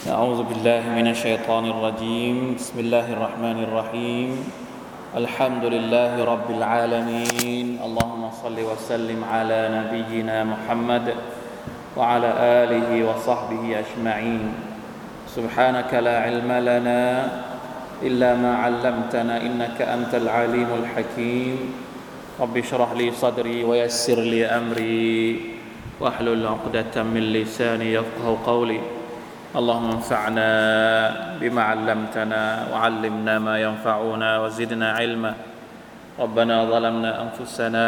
أعوذ بالله من الشيطان الرجيم بسم الله الرحمن الرحيم الحمد لله رب العالمين اللهم صل وسلم على نبينا محمد وعلى آله وصحبه أجمعين سبحانك لا علم لنا إلا ما علمتنا إنك أنت العليم الحكيم رب اشرح لي صدري ويسر لي أمري واحلل عقدة من لساني يفقهوا قولي اللهم انفعنا بما علمتنا وعلمنا ما ينفعنا وزدنا علما ربنا ظلمنا أنفسنا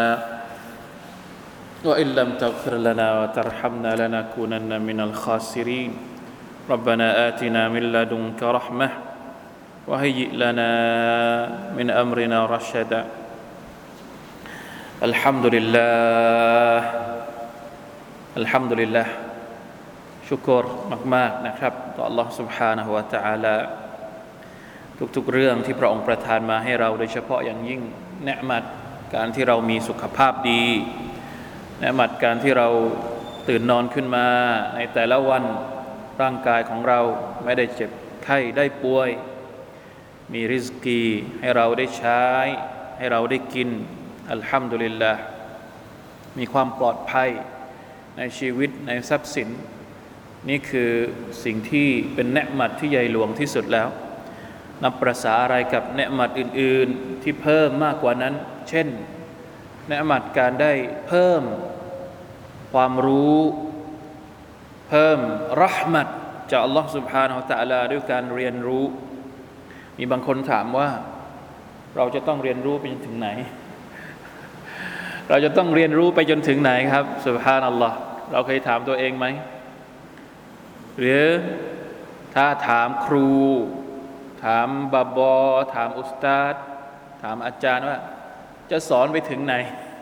وإن لم تغفر لنا وترحمنا لنكونن من الخاسرين ربنا آتنا من لدنك رحمة وهيئ لنا من أمرنا رشدا الحمد للهชุกรมากๆนะครับต่อ Allah سبحانه และ تعالى ทุกๆเรื่องที่พระองค์ประทานมาให้เราโดยเฉพาะอย่างยิ่งเนืมัดการที่เรามีสุขภาพดีเนืมัดการที่เราตื่นนอนขึ้นมาในแต่ละวันร่างกายของเราไม่ได้เจ็บไข้ได้ป่วยมีริสกีให้เราได้ใช้ให้เราได้กินอัลฮัมดุลิลลาห์มีความปลอดภัยในชีวิตในทรัพย์สินนี่คือสิ่งที่เป็นเนืมัดที่ใหญ่หลวงที่สุดแล้วนับประสาอะไรกับเนืมัดอื่นๆที่เพิ่มมากกว่านั้นเช่นเนืมัดการได้เพิ่มความรู้เพิ่มเราะห์มัตจากอัลลอฮฺ سبحانه และ تعالى ด้วยการเรียนรู้มีบางคนถามว่าเราจะต้องเรียนรู้ไปจนถึงไหนเราจะต้องเรียนรู้ไปจนถึงไหนครับซุบฮานัลลอฮ์เราเคยถามตัวเองไหมหรือถ้าถามครูถามบาบอถามอุสตาดถามอาจารย์ว่าจะสอนไปถึงไหน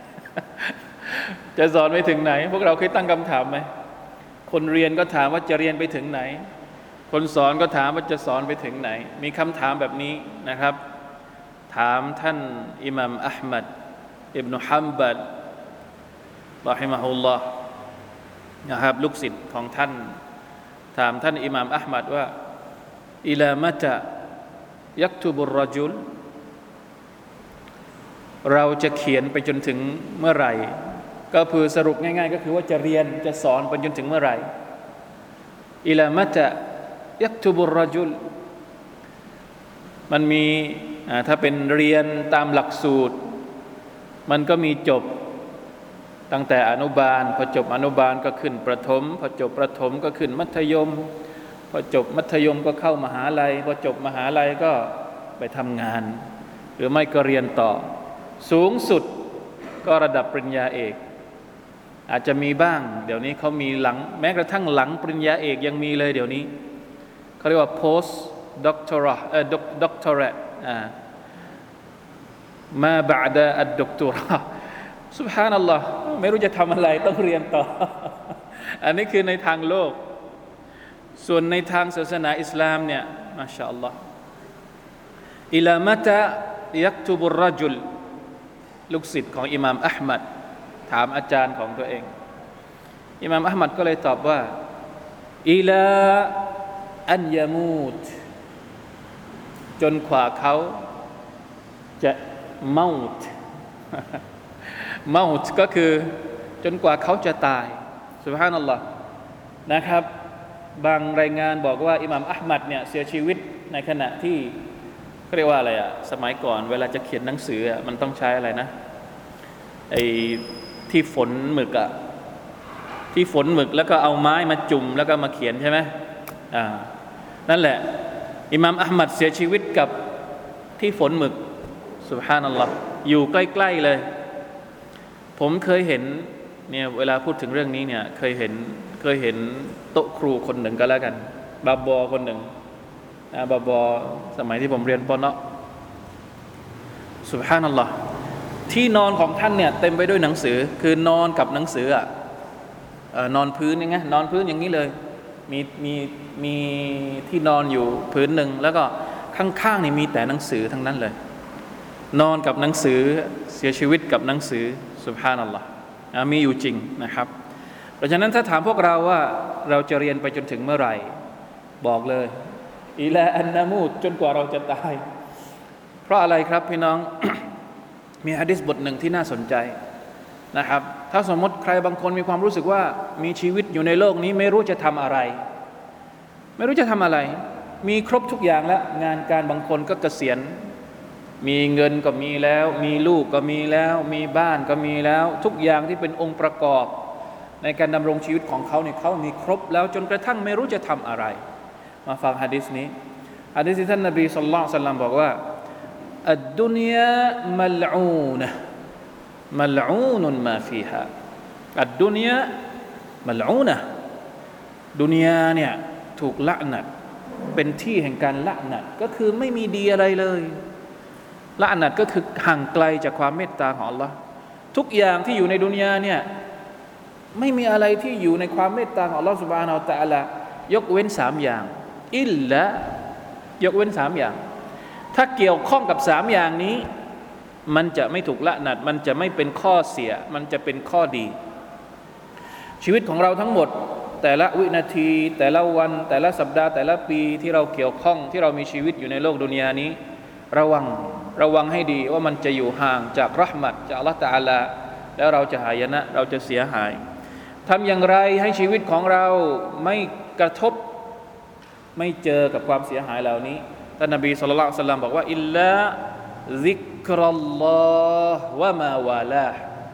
จะสอนไปถึงไหนพวกเราเคยตั้งคำถามไหมคนเรียนก็ถามว่าจะเรียนไปถึงไหนคนสอนก็ถามว่าจะสอนไปถึงไหนมีคำถามแบบนี้นะครับถามท่านอิหม่ามอะห์มัดอิบนุฮัมบัลรอฮิมะฮุลลอฮ์นะครับลูกศิษย์ของท่านถามท่านอิหม่ามอะห์มัดว่าอิลามะตะยักตุบุรรจุลเราจะเขียนไปจนถึงเมื่อไหร่ก็คือสรุปง่ายๆก็คือว่าจะเรียนจะสอนไปจนถึงเมื่อไหร่อิลามะตะยักตุบุรรจุลมันมีถ้าเป็นเรียนตามหลักสูตรมันก็มีจบตั้งแต่อนุบาลพอจบอนุบาลก็ขึ้นประถมพอจบประถมก็ขึ้นมัธยมพอจบมัธยมก็เข้ามหาลัยพอจบมหาลัยก็ไปทำงานหรือไม่ก็เรียนต่อสูงสุดก็ระดับปริญญาเอกอาจจะมีบ้างเดี๋ยวนี้เขามีหลังแม้กระทั่งหลังปริญญาเอกยังมีเลยเดี๋ยวนี้เขาเรียกว่า post doctorate doctorate มาบะดะอัดด็อกเตอร์ซุบฮานัลลอฮ์ไม่รู้จะทำอะไรต้องเรียนต่อ อันนี้คือในทางโลกส่วนในทางศาสนาอิสลามเนี่ยมาชาอัลลอฮ์อิลามะตะยักตุบุรรจุลลูกศิษย์ของอิหม่ามอะห์มัดถามอาจารย์ของตัวเองอิหม่ามอะห์มัดก็เลยตอบว่าอิลาอันยะมูตจนกว่าเขาจะเมาต์เมาต์ก็คือจนกว่าเขาจะตายซุบฮานัลลอฮ์นะครับบางรายงานบอกว่าอิหม่ามอะห์มัดเนี่ยเสียชีวิตในขณะที่เขาเรียกว่าอะไรอ่ะสมัยก่อนเวลาจะเขียนหนังสือมันต้องใช้อะไรนะไอ้ที่ฝนหมึกอ่ะที่ฝนหมึกแล้วก็เอาไม้มาจุ่มแล้วก็มาเขียนใช่ไหมนั่นแหละอิหม่ามอะห์มัดเสียชีวิตกับที่ฝนหมึกซุบฮานัลลอฮ์อยู่ใกล้ๆเลยผมเคยเห็นเนี่ยเวลาพูดถึงเรื่องนี้เนี่ยเคยเห็นโต๊ะครูคนหนึ่งก็แล้วกันบาบอคนหนึ่งบาบอสมัยที่ผมเรียนป.เนาะซุบฮานัลลอฮ์ที่นอนของท่านเนี่ยเต็มไปด้วยหนังสือคือนอนกับหนังสือนอนพื้นอย่างเงี้ยนอนพื้นอย่างนี้เลยมีที่นอนอยู่พื้นหนึ่งแล้วก็ข้างๆนี่มีแต่หนังสือทั้งนั้นเลยนอนกับหนังสือเสียชีวิตกับหนังสือซุบฮานัลลอฮ์มีอยู่จริงนะครับ เพราะฉะนั้นถ้าถามพวกเราว่าเราจะเรียนไปจนถึงเมื่อไหร่บอกเลยอิลาอันนามูตจนกว่าเราจะตายเพราะอะไรครับพี่น้อง มีหะดีษบทหนึ่งที่น่าสนใจนะครับถ้าสมมติใครบางคนมีความรู้สึกว่ามีชีวิตอยู่ในโลกนี้ไม่รู้จะทำอะไร ไม่รู้จะทำอะไรมีครบทุกอย่างแล้วงานการบางคนก็เกษียณมีเงินก็มีแล้วมีลูกก็มีแล้วมีบ้านก็มีแล้วทุกอย่างที่เป็นองค์ประกอบในการดำรงชีวิตของเขาเนี่ยเขามีครบแล้วจนกระทั่งไม่รู้จะทำอะไรมาฟังหะดีษนี้หะดีษที่ท่านนบีศ็อลลัลลอฮุอะลัยฮิวะซัลลัมบอกว่าอัดดุนยามัลอูนะมัลอูนุนมาฟีฮาอัดดุนยามัลอูนะดุนยาเนี่ยถูกละหนัดเป็นที่แห่งการละหนัดก็คือไม่มีดีอะไรเลยละหนัดก็คือห่างไกลจากความเมตตาของ Allah ทุกอย่างที่อยู่ในดุนยาเนี่ยไม่มีอะไรที่อยู่ในความเมตตาของ Allah Subhanahu Wa Taala ยกเว้น3อย่างอิลละยกเว้น3อย่างถ้าเกี่ยวข้องกับ3อย่างนี้มันจะไม่ถูกละหนัดมันจะไม่เป็นข้อเสียมันจะเป็นข้อดีชีวิตของเราทั้งหมดแต่ละวินาทีแต่ละวันแต่ละสัปดาห์แต่ละปีที่เราเกี่ยวข้องที่เรามีชีวิตอยู่ในโลกดุนยานี้ระวังให้ดีว่ามันจะอยู่ห่างจากเราะห์มัตจากอัลเลาะห์ตะอาลาแล้วเราจะหายนะเราจะเสียหายทำอย่างไรให้ชีวิตของเราไม่กระทบไม่เจอกับความเสียหายเหล่านี้ท่านนบีศ็อลลัลลอฮุอะลัยฮิวะซัลลัมบอกว่าอิลลาซิกรัลลอฮ์วะมาวาลา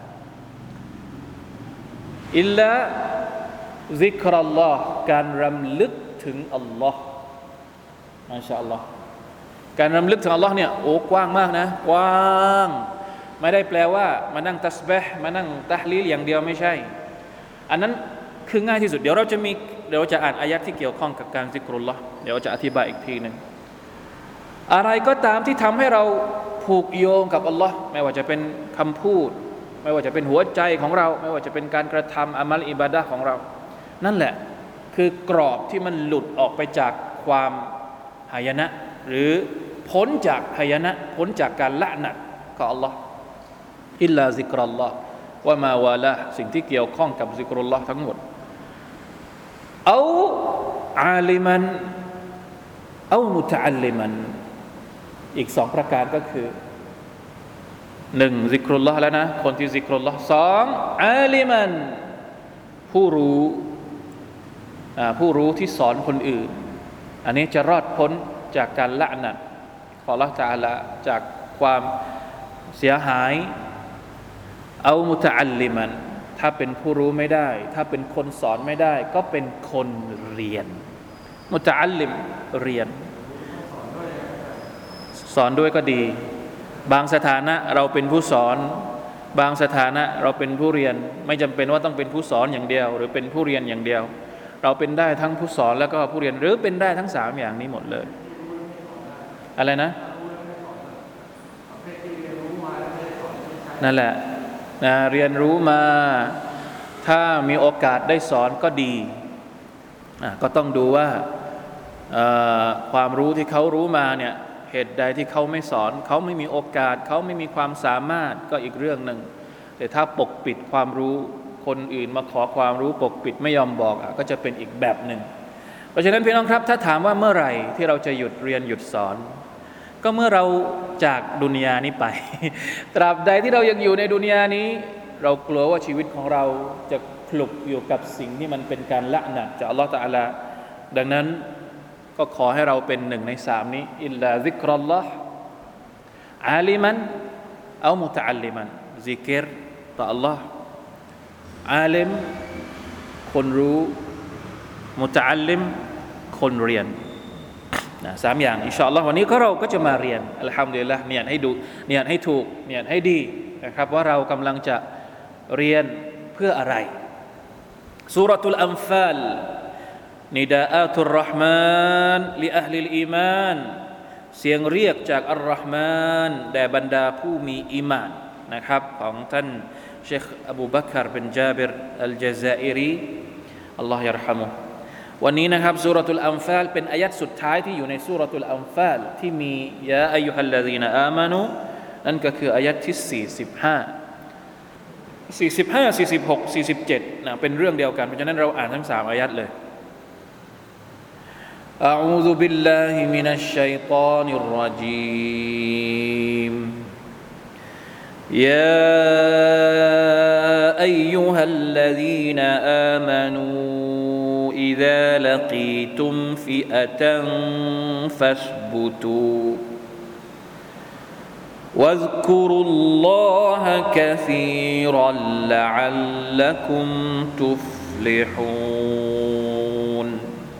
อิลลาซิกรัลลอฮ์การรำลึกถึงอัลลอฮ์มาชาอัลลอฮ์การรำลึกถึงอัลลอฮ์เนี่ยโอ้กว้างมากนะกว้างไม่ได้แปลว่ามานั่งตัสบีฮ์มานั่งตะห์ลีลอย่างเดียวไม่ใช่อันนั้นคือง่ายที่สุดเดี๋ยวเราจะอ่านอายะห์ที่เกี่ยวข้องกับการซิกรุลลอฮ์เดี๋ยวจะอธิบายอีกทีนึงอะไรก็ตามที่ทำให้เราผูกโยงกับอัลลอฮ์ไม่ว่าจะเป็นคำพูดไม่ว่าจะเป็นหัวใจของเราไม่ว่าจะเป็นการกระทำอามัลอิบาดะห์ของเรานั่นแหละคือกรอบที่มันหลุดออกไปจากความหายนะหรือพ้นจากหายนะพ้นจากการละหนัดของอัลลอฮ์อิลลาซิกรัลลอฮ์วะมาวาลาสิ่งที่เกี่ยวข้องกับซิกรุลลอฮ์ทั้งหมดเอาอาลิมันเอามุตะอัลลิมันอีก2ประการก็คือ1ซิกรุลลอฮ์แล้วนะคนที่ซิกรุลลอฮ์2อาลิมันผู้รู้ที่สอนคนอื่นอันนี้จะรอดพ้นจากการละหนัดของอัลเลาะห์ตะอาลาจากความเสียหายเอามุตะอัลลิมันถ้าเป็นผู้รู้ไม่ได้ถ้าเป็นคนสอนไม่ได้ก็เป็นคนเรียนมุตะอัลลิมเรียนสอนด้วยก็ดีบางสถานะเราเป็นผู้สอนบางสถานะเราเป็นผู้เรียนไม่จำเป็นว่าต้องเป็นผู้สอนอย่างเดียวหรือเป็นผู้เรียนอย่างเดียวเราเป็นได้ทั้งผู้สอนแล้วก็ผู้เรียนหรือเป็นได้ทั้ง3อย่างนี้หมดเลยอะไรนะนั่นแหละนะเรียนรู้มาถ้ามีโอกาสได้สอนก็ดีก็ต้องดูว่าความรู้ที่เขารู้มาเนี่ยเหตุใดที่เขาไม่สอนเขาไม่มีโอกาสเขาไม่มีความสามารถก็อีกเรื่องหนึ่งแต่ถ้าปกปิดความรู้คนอื่นมาขอความรู้ปกปิดไม่ยอมบอกก็จะเป็นอีกแบบหนึ่งเพราะฉะนั้นพี่น้องครับถ้าถามว่าเมื่อไหร่ที่เราจะหยุดเรียนหยุดสอนก็เมื่อเราจากดุนยานี้ไป ตราบใดที่เรายังอยู่ในดุนยานี้เรากลัวว่าชีวิตของเราจะคลุกอยู่กับสิ่งที่มันเป็นการละหนัดจากอัลเลาะห์ตะอาลาดังนั้นก็ขอให้เราเป็น1ใน3นี้อิลลาซิกรัลลอฮ์อาลิมันเอามุตะอัลลิมันซิกรต่ออัลลอฮ์อาลิมคนรู้มุตะอัลลิมคนเรียน3อย่างอินชาอัลลอฮ์วันนี้เราก็จะมาเรียนอัลฮัมดุลิลละห์เนียดให้ดูเนียดให้ถูกเนียดให้ดีนะครับว่าเรากำลังจะเรียนเพื่ออะไรซูเราะตุลอันฟาลนิดาอาตุรเราะห์มานลิอะฮลิลอีมานเสียงเรียกจากอัลเราะห์มานแด่บรรดาผู้มีอีหม่านนะครับของท่านเชคอบูบักรบินญาบิรอัลญะซาอิรีอัลลอฮ์ยิรฮัมุวันนี้นะครับซูเราะตุลอันฟาลเป็นอายัดสุดท้ายที่อยู่ในซูเราะตุลอันฟาลที่มียาอัยยูฮัลลซีนาอามานูนั่นก็คืออายัดที่45 46 47นะเป็นเรื่องเดียวกันเพราะฉะนั้นเราอ่านทั้ง3อายัดเลย أعوذ بالله من الشيطان الرجيم يا أيها الذين آمنوا إذا لقيتم فئة فاثبتوا واذكروا الله كثيرا لعلكم تفلحون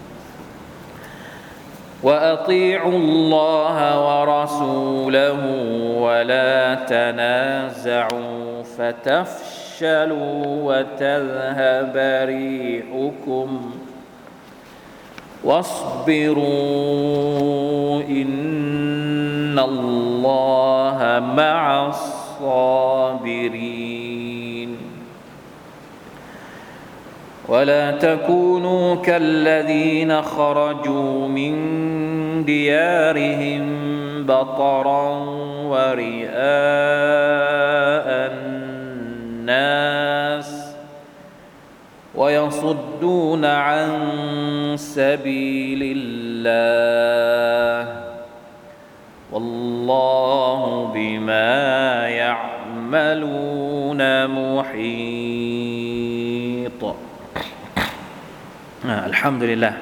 وأطيعوا الله ورسوله ولا تنازعوا فتفشلوا وتذهب ريحكم واصبروا إن الله مع الصابرين ولا تكونوا كالذين خرجوا من ديارهم بطرا ورئاء الناس ويصدون عن سبيل الله والله بما يعملون محيطอัลฮัมดุลิลละห์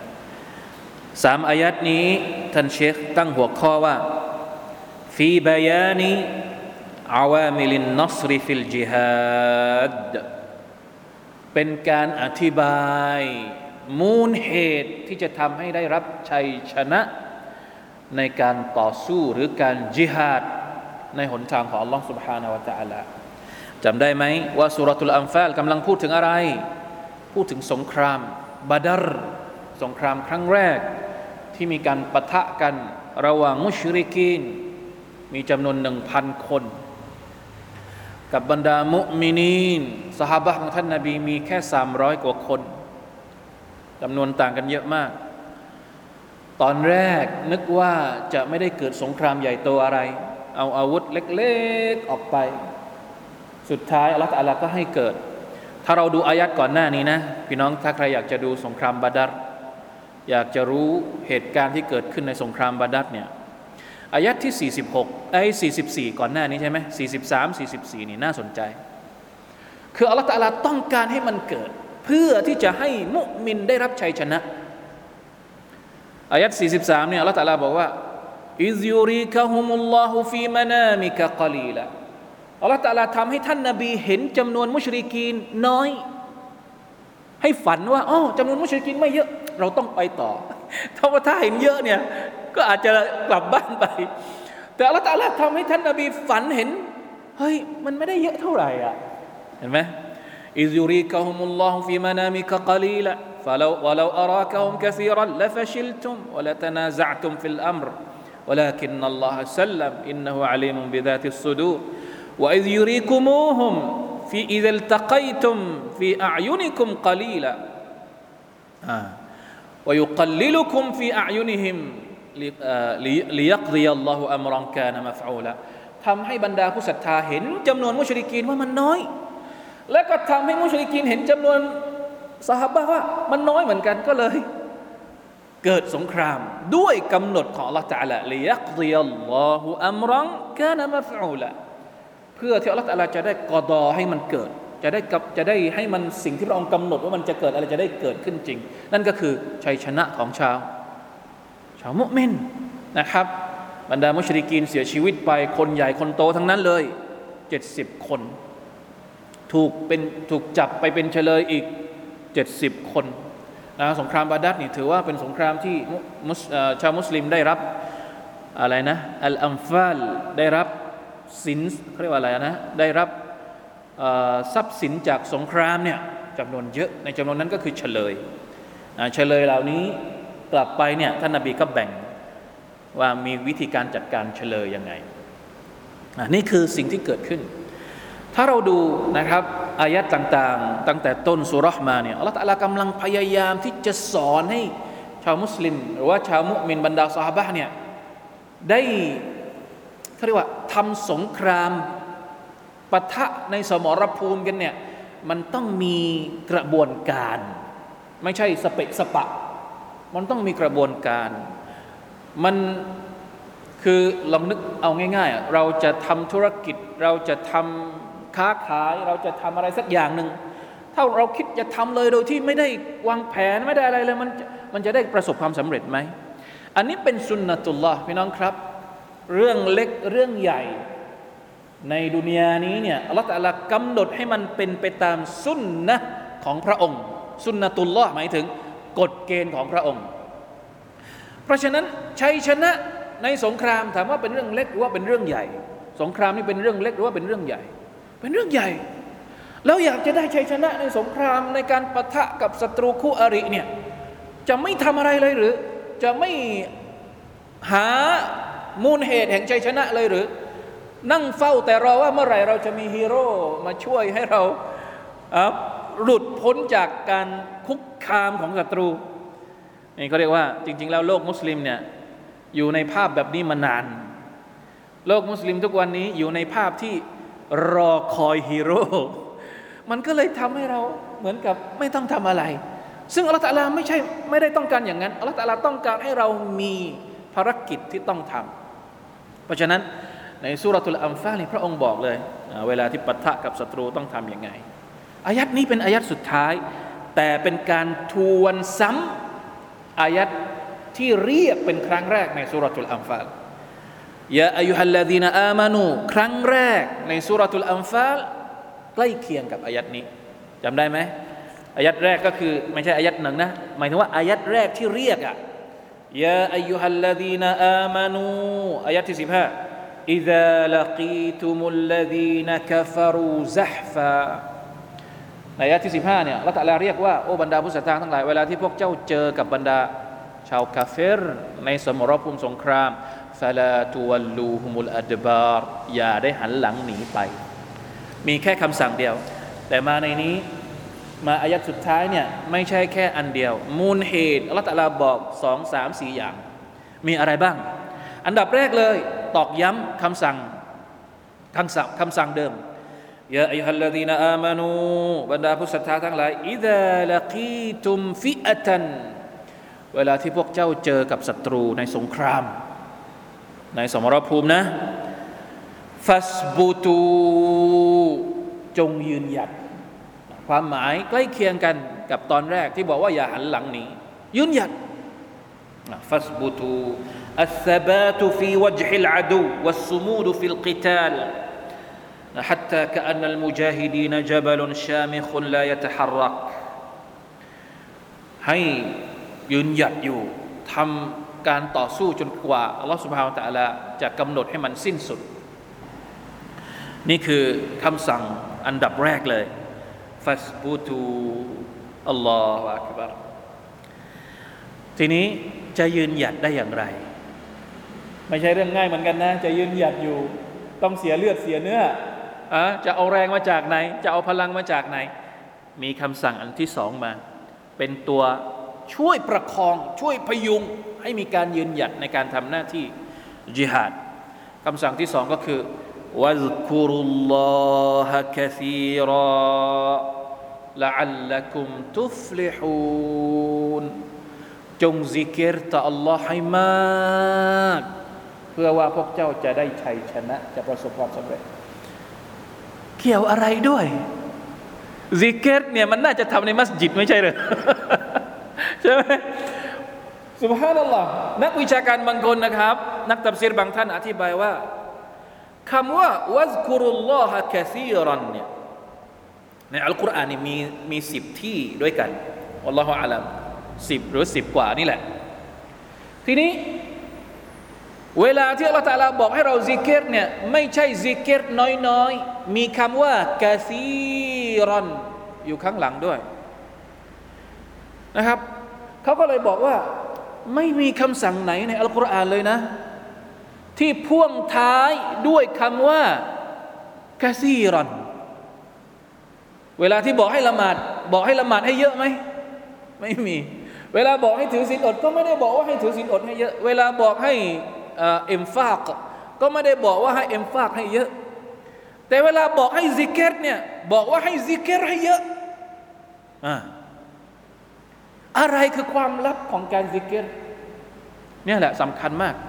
3อายัดนี้ท่านเชคตั้งหัวข้อว่าฟีบายานีอาวามิลินนัศรฟิลจิฮาดเป็นการอธิบายมูลเหตุที่จะทำให้ได้รับชัยชนะในการต่อสู้หรือการจิฮาดในหนทางของอัลลอฮฺ سبحانه และ تعالى จำได้ไหมว่าซูเราะตุลอันฟาลกำลังพูดถึงอะไรพูดถึงสงครามบาดรสงครามครั้งแรกที่มีการปะทะกันระหว่างมุชริกีนมีจำนวน 1,000 คนกับบรรดามุมินีนซอฮาบะห์ของท่านนบีมีแค่300กว่าคนจำนวนต่างกันเยอะมากตอนแรกนึกว่าจะไม่ได้เกิดสงครามใหญ่โตอะไรเอาอาวุธเล็กๆออกไปสุดท้ายอัลเลาะห์ตะอาลาก็ให้เกิดถ้าเราดูอายัดก่อนหน้านี้นะพี่น้องถ้าใครอยากจะดูสงครามบาดัรอยากจะรู้เหตุการณ์ที่เกิดขึ้นในสงครามบาดัรเนี่ยอายัดที่46 44ก่อนหน้านี้ใช่ไหม43 44นี่น่าสนใจคืออัลเลาะห์ตะอาลาต้องการให้มันเกิดเพื่อที่จะให้มุมินได้รับชัยชนะอายัด43เนี่ยอัลเลาะห์ตะอาลาบอกว่าอิซยูริกะฮุมุลลอฮุฟีมะนามิกะกะลีละอัลเลาะห์ตะอาลาทำให้ท่านนบีเห็นจำนวนมุชริกีนน้อยให้ฝันว่าจำนวนมุชริกีนไม่เยอะเราต้องไปต่อถ้าเห็นเยอะเนี่ยก็อาจจะกลับบ้านไปแต่อัลเลาะห์ตะอาลาทำให้ท่านนบีฝันเห็นเฮ้ยมันไม่ได้เยอะเท่าไหร่อ่ะเห็นไหมอิซยูริกะฮุมุลลอฮุฟีมะนามิกะกะลีละولو أراكهم كثيرا لفشلتم ولتنازعتم في الأمر ولكن الله سلم إنه عليم بذات الصدور وإذ يريكموهم إذا التقيتم في أعينكم قليلا ويقللكم في أعينهم ليقضي الله أمرا كان مفعولا ทำให้บรรดาผู้ศรัทธาเห็นจำนวนมุชริกีนว่ามันน้อยและก็ทำให้มุชริกีนเห็นจำนวนซอฮาบะห์ว่ามันน้อยเหมือนกันก็เลยเกิดสงครามด้วยกำหนดของอัลเลาะห์ตะอาลาลิยักฎิยัลลอฮุอัมรันกานะมัฟอูลาเพื่อที่อัลเลาะห์ตะอาลาจะได้กอฎอให้มันเกิดจะได้ให้มันสิ่งที่พระองค์กำหนดว่ามันจะเกิดอะไรจะได้เกิดขึ้นจริงนั่นก็คือชัยชนะของชาวมุมินนะครับบรรดามุชริกีนเสียชีวิตไปคนใหญ่คนโตทั้งนั้นเลย70คนถูกจับไปเป็นเฉลยอีก70คนนะสงครามบาดัรนี่ถือว่าเป็นสงครามที่ชาวมุสลิมได้รับอะไรนะอัลอัมฟาลได้รับสินเรียกว่าอะไรนะได้รับทรัพย์สินจากสงครามเนี่ยจำนวนเยอะในจำนวนนั้นก็คือเฉลยเหล่านี้กลับไปเนี่ยท่านนบีก็แบ่งว่ามีวิธีการจัดการเฉลยยังไงนี่คือสิ่งที่เกิดขึ้นถ้าเราดูนะครับอายะห์ต่างๆตั้งแต่ต้นซูเราะห์มาเนี่ยอัลเลาะห์ตะอาลากำลังพยายามที่จะสอนให้ชาวมุสลิมหรือว่าชาวมุมินบรรดาซอฮาบะห์เนี่ยได้เขาเรียกว่าทำสงครามปะทะในสมรภูมิกันเนี่ยมันต้องมีกระบวนการไม่ใช่สเปะสปะมันต้องมีกระบวนการมันคือลองนึกเอาง่ายๆเราจะทำธุรกิจเราจะทำค้าขายเราจะทำอะไรสักอย่างหนึ่งถ้าเราคิดจะทำเลยโดยที่ไม่ได้วางแผนไม่ได้อะไรเลยมันจะได้ประสบความสำเร็จไหมอันนี้เป็นสุนนะตุลลอฮ์พี่น้องครับเรื่องเล็กเรื่องใหญ่ในดุนยานี้เนี่ยอัลเลาะห์ตะอาลากำหนดให้มันเป็นไปตามสุนนะของพระองค์สุนนะตุลลอฮ์หมายถึงกฎเกณฑ์ของพระองค์เพราะฉะนั้นชัยชนะในสงครามถามว่าเป็นเรื่องเล็กหรือว่าเป็นเรื่องใหญ่สงครามนี่เป็นเรื่องเล็กหรือว่าเป็นเรื่องใหญ่เป็นเรื่องใหญ่แล้วอยากจะได้ชัยชนะในสงครามในการปะทะกับศัตรูคู่อริเนี่ยจะไม่ทำอะไรเลยหรือจะไม่หามูลเหตุแห่งชัยชนะเลยหรือนั่งเฝ้าแต่รอว่าเมื่อไหร่เราจะมีฮีโร่มาช่วยให้เราหลุดพ้นจากการคุกคามของศัตรูนี่เขาเรียกว่าจริงๆแล้วโลกมุสลิมเนี่ยอยู่ในภาพแบบนี้มานานโลกมุสลิมทุกวันนี้อยู่ในภาพที่รอคอยฮีโร่มันก็เลยทำให้เราเหมือนกับไม่ต้องทำอะไรซึ่งอัลเลาะห์ตะอาลาไม่ได้ต้องการอย่างนั้นอัลเลาะห์ตะอาลาต้องการให้เรามีภารกิจที่ต้องทำเพราะฉะนั้นในซูเราะตุลอันฟาลนี่พระองค์บอกเลยเวลาที่ปะทะกับศัตรูต้องทำยังไงอายัดนี้เป็นอายัดสุดท้ายแต่เป็นการทวนซ้ำอายัดที่เรียกเป็นครั้งแรกในซูเราะตุลอันฟาลยาอัยยูฮัลลซีนาอามานูครั้งแรกในซูเราะตุลอันฟาลใกล้เคียงกับอายัดนี้จำได้ไหมอายัดแรกก็คือไม่ใช่อายัดหนึ่งนะหมายถึงว่าอายัดแรกที่เรียกยาอัยยูฮัลลซีนาอามานูอายัดที่15 إذا لقيتم الذين كفروا زحفا ในอายัดที่15เนี่ยอัลเลาะห์ตะอาลาเรียกว่าโอ้บรรดาผู้ศรัทธาทั้งหลายเวลาที่พวกเจ้าเจอกับบรรดาชาวกาเฟรในสมรภูมิสงครามฟะลาตุวัลลูฮุมุลอัดบาร์อย่าได้หันหลังหนีไปมีแค่คำสั่งเดียวแต่มาในนี้มาอายัดสุดท้ายเนี่ยไม่ใช่แค่อันเดียวมูลเหตุอัลเลาะห์ตะอาลาบอก2 3 4อย่างมีอะไรบ้างอันดับแรกเลยตอกย้ำคำสั่งเดิมยาอัยยูฮัลลซีนาอามานูบรรดาผู้ศรัทธาทั้งหลายอิซาละกีตุมฟิอะตันเวลาที่พวกเจ้าเจอกับศัตรูในสงครามในสมรภูมินะฟัสบุตูจงยืนหยัดความหมายใกล้เคียงกันกับตอนแรกที่บอกว่าอย่าหันหลังหนียืนหยัดฟัสบุตูالثبات في وجه العدو والصمود في القتال حتى كأن المجاهدين جبل شامخ لا يتحرك ให้ยืนหยัดอยู่ทำการต่อสู้จนกว่าอัลลอฮฺซุบฮานะฮูวะตะอาลาจะกำหนดให้มันสิ้นสุดนี่คือคำสั่งอันดับแรกเลยฟัสบุตูอัลลอฮฺอักบัรทีนี้จะยืนหยัดได้อย่างไรไม่ใช่เรื่องง่ายเหมือนกันนะจะยืนหยัดอยู่ต้องเสียเลือดเสียเนื้อจะเอาแรงมาจากไหนจะเอาพลังมาจากไหนมีคำสั่งอันที่สองมาเป็นตัวช่วยประคองช่วยพยุงให้มีการยืนหยัดในการทำหน้าที่ญิฮาดคำสั่งที่สองก็คือวัซกุรุลลอฮะกะซีรอละอัลลักุมตุฟลิฮูนจงซิกรต่ออัลลอฮ์ให้มากเพื่อว่าพวกเจ้าจะได้ชัยชนะจะประสบความสำเร็จเกี่ยวอะไรด้วยซิกรเนี่ยมันน่าจะทำในมัสยิดไม่ใช่เหรอ ใช่ไหมซุบฮานัลลอฮ์นักวิชาการบางคนนะครับนักตัฟซีรบางท่านอธิบายว่าคำว่าวัซกุรุลลอฮะกะซีรันเนี่ยในอัลกุรอานนี่มี10ที่ด้วยกันวัลลอฮุอะลัม10หรือ10กว่านี่แหละทีนี้เวลาที่อัลเลาะห์ตะอาลาบอกให้เราซิกรเนี่ยไม่ใช่ซิกรน้อยๆมีคำว่ากะซีรันอยู่ข้างหลังด้วยนะครับเขาก็เลยบอกว่าไม่มีคำสั่งไหนในอัลกุรอานเลยนะที่พ่วงท้ายด้วยคำว่ากะซีรันเวลาที่บอกให้ละหมาดให้เยอะไหมไม่มีเวลาบอกให้ถือศีลอดก็ไม่ได้บอกว่าให้ถือศีลอดให้เยอะเวลาบอกให้อิมฟากก็ไม่ได้บอกว่าให้อิมฟากให้เยอะแต่เวลาบอกให้ซิกรเนี่ยบอกว่าให้ซิกรให้เยอะอะไรคือความลับของการซิกรเนี่ยแหละสำคัญมาก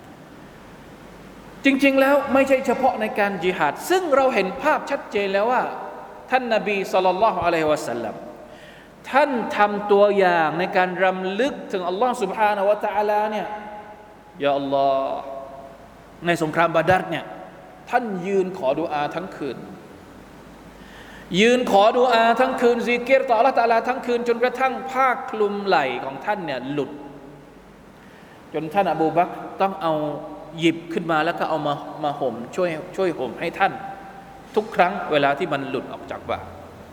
จริงๆแล้วไม่ใช่เฉพาะในการญิฮาดซึ่งเราเห็นภาพชัดเจนแล้วว่าท่านนบีศ็อลลัลลอฮุอะลัยฮิวะซัลลัมท่านทำตัวอย่างในการรำลึกถึงอัลลอฮ์ سبحانه และ تعالى เนี่ยยาอัลลอฮ์ในสงครามบาดัรเนี่ยท่านยืนขอดุอาทั้งคืนยืนขอดุอาทั้งคืนซิกรต่ออัลเลาะห์ตะอาลาทั้งคืนจนกระทั่งผ้าคลุมไหล่ของท่านเนี่ยหลุดจนท่านอบูบักรต้องเอาหยิบขึ้นมาแล้วก็เอามาห่มช่วยห่มให้ท่านทุกครั้งเวลาที่มันหลุดออกจากบ่า